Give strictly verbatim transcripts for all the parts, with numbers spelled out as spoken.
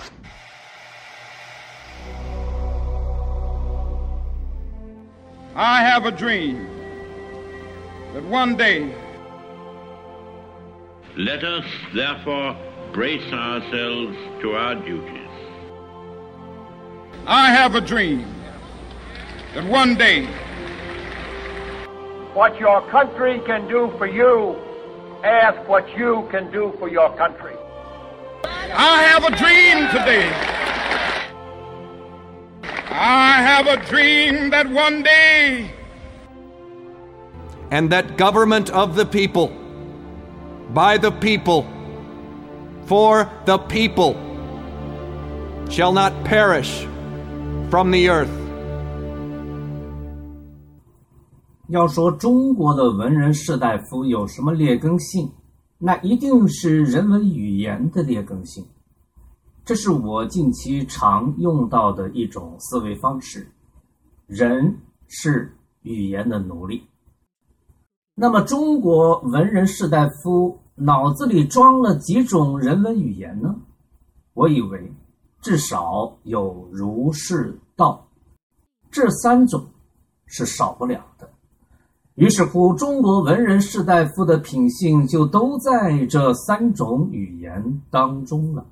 I have a dream that one day, let us therefore brace ourselves to our duties. I have a dream that one day, what your country can do for you, ask what you can do for your country. I have a dream today. I have a dream that one day, and that government of the people, by the people, for the people, shall not perish from the earth. 要说中国的文人士大夫有什么劣根性，那一定是人文语言的劣根性。这是我近期常用到的一种思维方式，人是语言的奴隶。那么中国文人士大夫脑子里装了几种人文语言呢？我以为至少有儒释道，这三种是少不了的。于是乎，中国文人士大夫的品性就都在这三种语言当中了。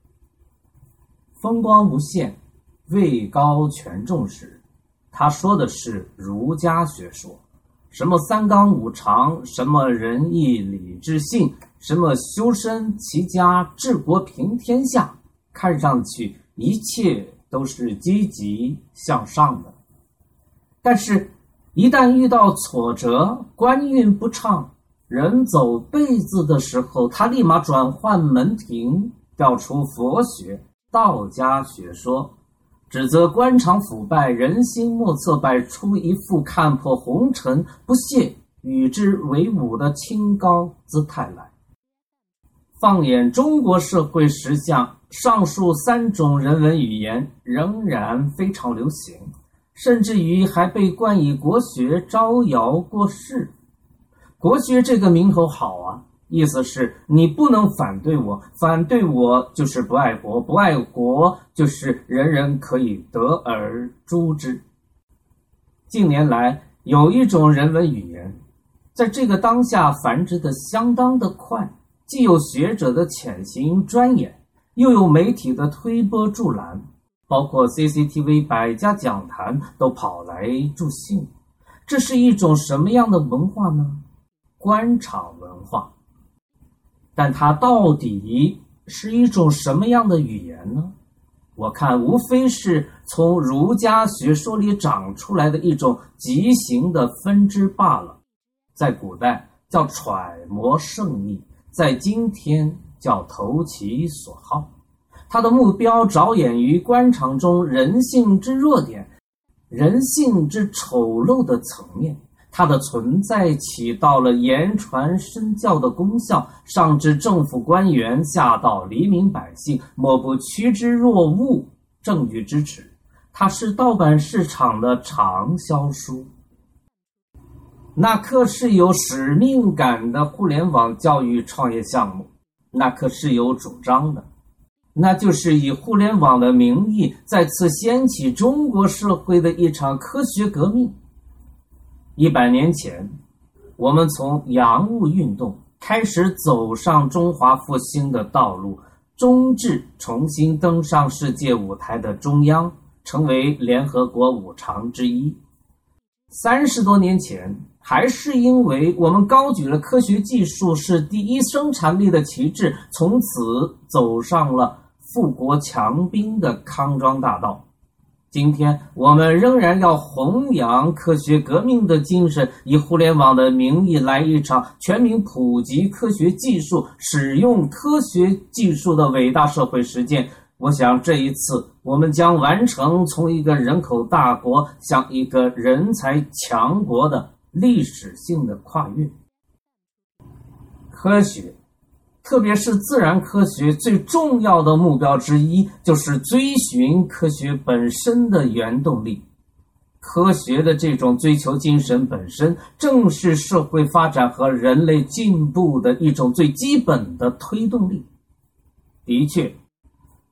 风光无限，位高权重时，他说的是儒家学说，什么三纲五常，什么仁义礼智信，什么修身齐家治国平天下，看上去一切都是积极向上的。但是一旦遇到挫折，官运不畅，人走背字的时候，他立马转换门庭，调出佛学道家学说，指责官场腐败，人心莫测，摆出一副看破红尘不屑与之为伍的清高姿态来。放眼中国社会实相，上述三种人文语言仍然非常流行，甚至于还被冠以国学招摇过市。国学这个名头好啊，意思是你不能反对我，反对我就是不爱国，不爱国就是人人可以得而诛之。近年来有一种人文语言，在这个当下繁殖的相当的快，既有学者的潜心钻研，又有媒体的推波助澜，包括 C C T V 百家讲坛都跑来助兴。这是一种什么样的文化呢？官场文化。但它到底是一种什么样的语言呢？我看无非是从儒家学说里长出来的一种畸形的分支罢了。在古代叫揣摩圣意，在今天叫投其所好。它的目标着眼于官场中人性之弱点，人性之丑陋的层面。它的存在起到了言传身教的功效，上至政府官员，下到黎民百姓，莫不趋之若鹜，证据支持。它是盗版市场的畅销书。那可是有使命感的互联网教育创业项目，那可是有主张的，那就是以互联网的名义再次掀起中国社会的一场科学革命。一百年前，我们从洋务运动开始走上中华复兴的道路，终至重新登上世界舞台的中央，成为联合国五常之一。三十多年前，还是因为我们高举了科学技术是第一生产力的旗帜，从此走上了富国强兵的康庄大道。今天我们仍然要弘扬科学革命的精神，以互联网的名义来一场全民普及科学技术、使用科学技术的伟大社会实践。我想这一次我们将完成从一个人口大国向一个人才强国的历史性的跨越。科学，特别是自然科学，最重要的目标之一就是追寻科学本身的原动力。科学的这种追求精神本身，正是社会发展和人类进步的一种最基本的推动力。的确，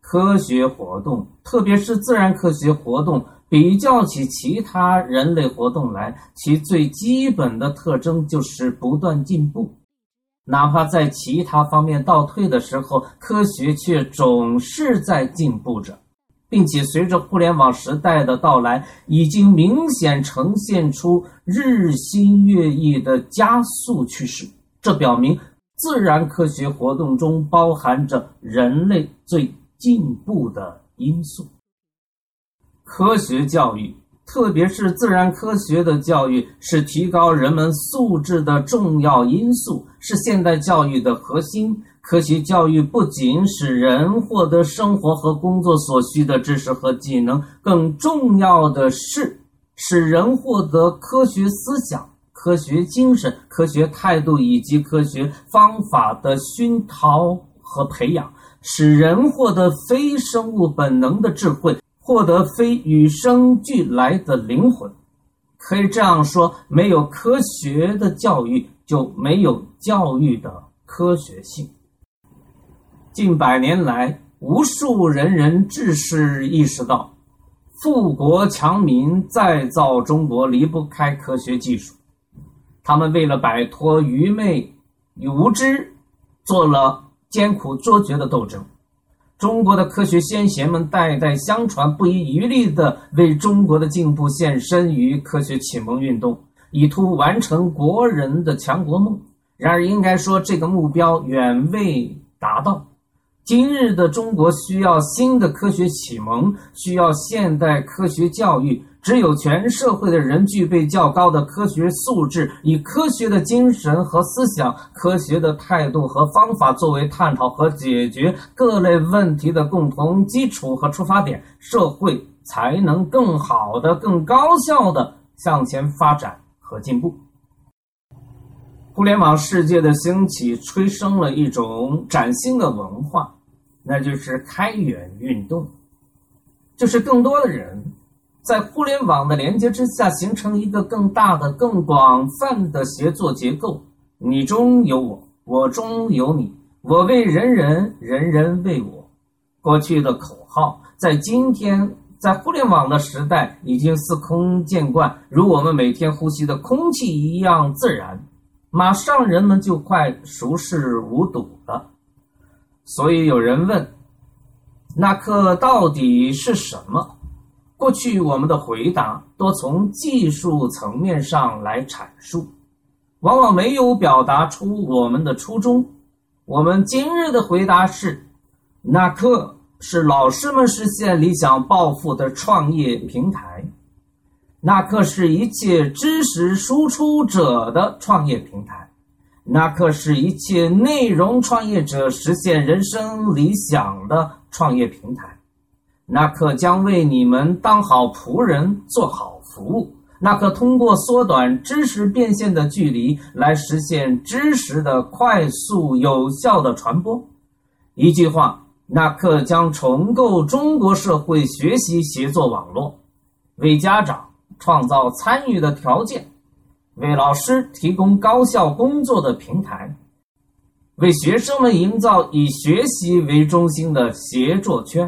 科学活动，特别是自然科学活动，比较起其他人类活动来，其最基本的特征就是不断进步。哪怕在其他方面倒退的时候，科学却总是在进步着，并且随着互联网时代的到来，已经明显呈现出日新月异的加速趋势。这表明自然科学活动中包含着人类最进步的因素。科学教育，特别是自然科学的教育，是提高人们素质的重要因素，是现代教育的核心。科学教育不仅使人获得生活和工作所需的知识和技能，更重要的是使人获得科学思想、科学精神、科学态度以及科学方法的熏陶和培养，使人获得非生物本能的智慧，获得非与生俱来的灵魂。可以这样说，没有科学的教育，就没有教育的科学性。近百年来，无数仁人志士意识到，富国强民再造中国离不开科学技术。他们为了摆脱愚昧与无知，做了艰苦卓绝的斗争。中国的科学先贤们代代相传，不遗余力地为中国的进步献身于科学启蒙运动，以图完成国人的强国梦。然而应该说，这个目标远未达到。今日的中国需要新的科学启蒙，需要现代科学教育。只有全社会的人具备较高的科学素质，以科学的精神和思想、科学的态度和方法作为探讨和解决各类问题的共同基础和出发点，社会才能更好的、更高效的向前发展和进步。互联网世界的兴起催生了一种崭新的文化，那就是开源运动，就是更多的人在互联网的连接之下，形成一个更大的、更广泛的协作结构。你中有我，我中有你，我为人人，人人为我。过去的口号，在今天，在互联网的时代已经司空见惯，如我们每天呼吸的空气一样自然，马上人们就快熟视无睹了。所以有人问，那课到底是什么？过去我们的回答多从技术层面上来阐述，往往没有表达出我们的初衷。我们今日的回答是，那课是老师们实现理想抱负的创业平台，那课是一切知识输出者的创业平台，那课是一切内容创业者实现人生理想的创业平台。那课将为你们当好仆人，做好服务。那课通过缩短知识变现的距离，来实现知识的快速有效的传播。一句话，那课将重构中国社会学习协作网络，为家长创造参与的条件，为老师提供高效工作的平台，为学生们营造以学习为中心的协作圈。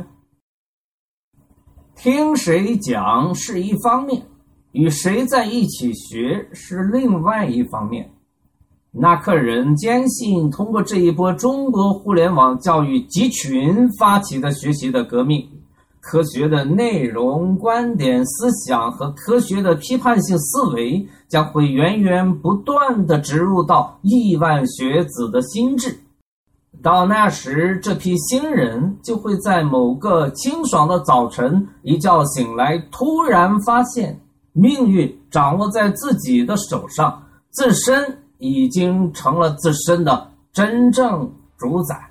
听谁讲是一方面，与谁在一起学是另外一方面。那课人坚信，通过这一波中国互联网教育集群发起的学习的革命，科学的内容、观点、思想和科学的批判性思维将会源源不断地植入到亿万学子的心智。到那时，这批新人就会在某个清爽的早晨一觉醒来，突然发现命运掌握在自己的手上，自身已经成了自身的真正主宰。